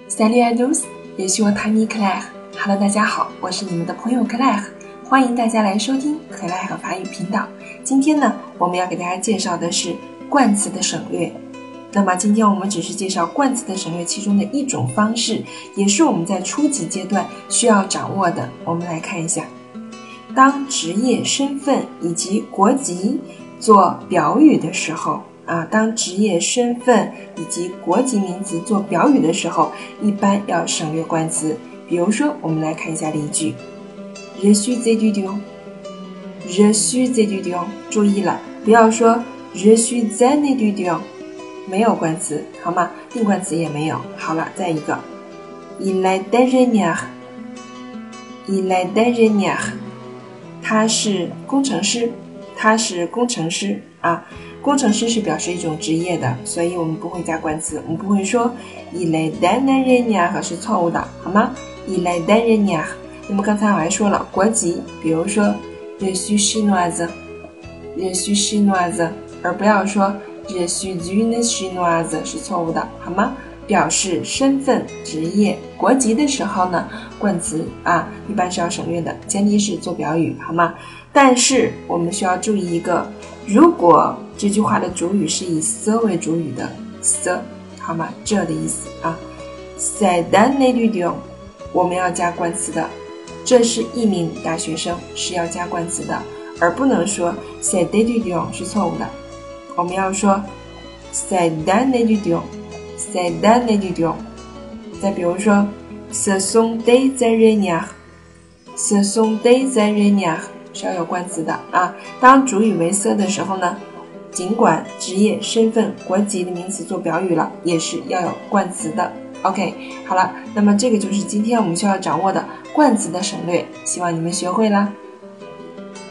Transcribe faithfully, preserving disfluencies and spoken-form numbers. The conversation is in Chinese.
Salut à tous, je suis votre amie Claire。Hello， 大家好，我是你们的朋友 Claire， 欢迎大家来收听 Claire 法语频道。今天呢，我们要给大家介绍的是冠词的省略。那么今天我们只是介绍冠词的省略其中的一种方式，也是我们在初级阶段需要掌握的。我们来看一下，当职业身份以及国籍做表语的时候啊，当职业身份以及国籍名词做表语的时候，一般要省略冠词。比如说，我们来看一下例句 Je suis étudiant Je suis étudiant 注意了，不要说 Je suis un étudiant 没有冠词，好吗？定冠词也没有。好了，再一个 Il est ingénieur Il est ingénieur 他是工程师他是工程师啊，工程师是表示一种职业的，所以我们不会加冠词，我们不会说 Il est un ingénieur 是错误的，好吗？ Il est un ingénieur。 那么刚才我还说了国籍，比如说 Je suis chinoise Je suis chinoise 而不要说 Je suis une chinoise 是错误的，好吗？表示身份、职业、国籍的时候呢，冠词啊一般是要省略的，前提是做表语，好吗？但是我们需要注意一个，如果这句话的主语是以 ce 为主语的 ce 好吗？这的意思啊 C'est un étudiant 我们要加冠词的，这是一名大学生，是要加冠词的，而不能说 C'est un étudiant 是错误的，我们要说 C'est un étudiant C'est un étudiant。 再比如说 Ce sont des ingénieurs Ce sont des ingénieurs 是要有冠词的啊。当主语为 ce 的时候呢，尽管职业、身份、国籍的名词做表语了，也是要有冠词的。 OK， 好了，那么这个就是今天我们需要掌握的冠词的省略，希望你们学会了。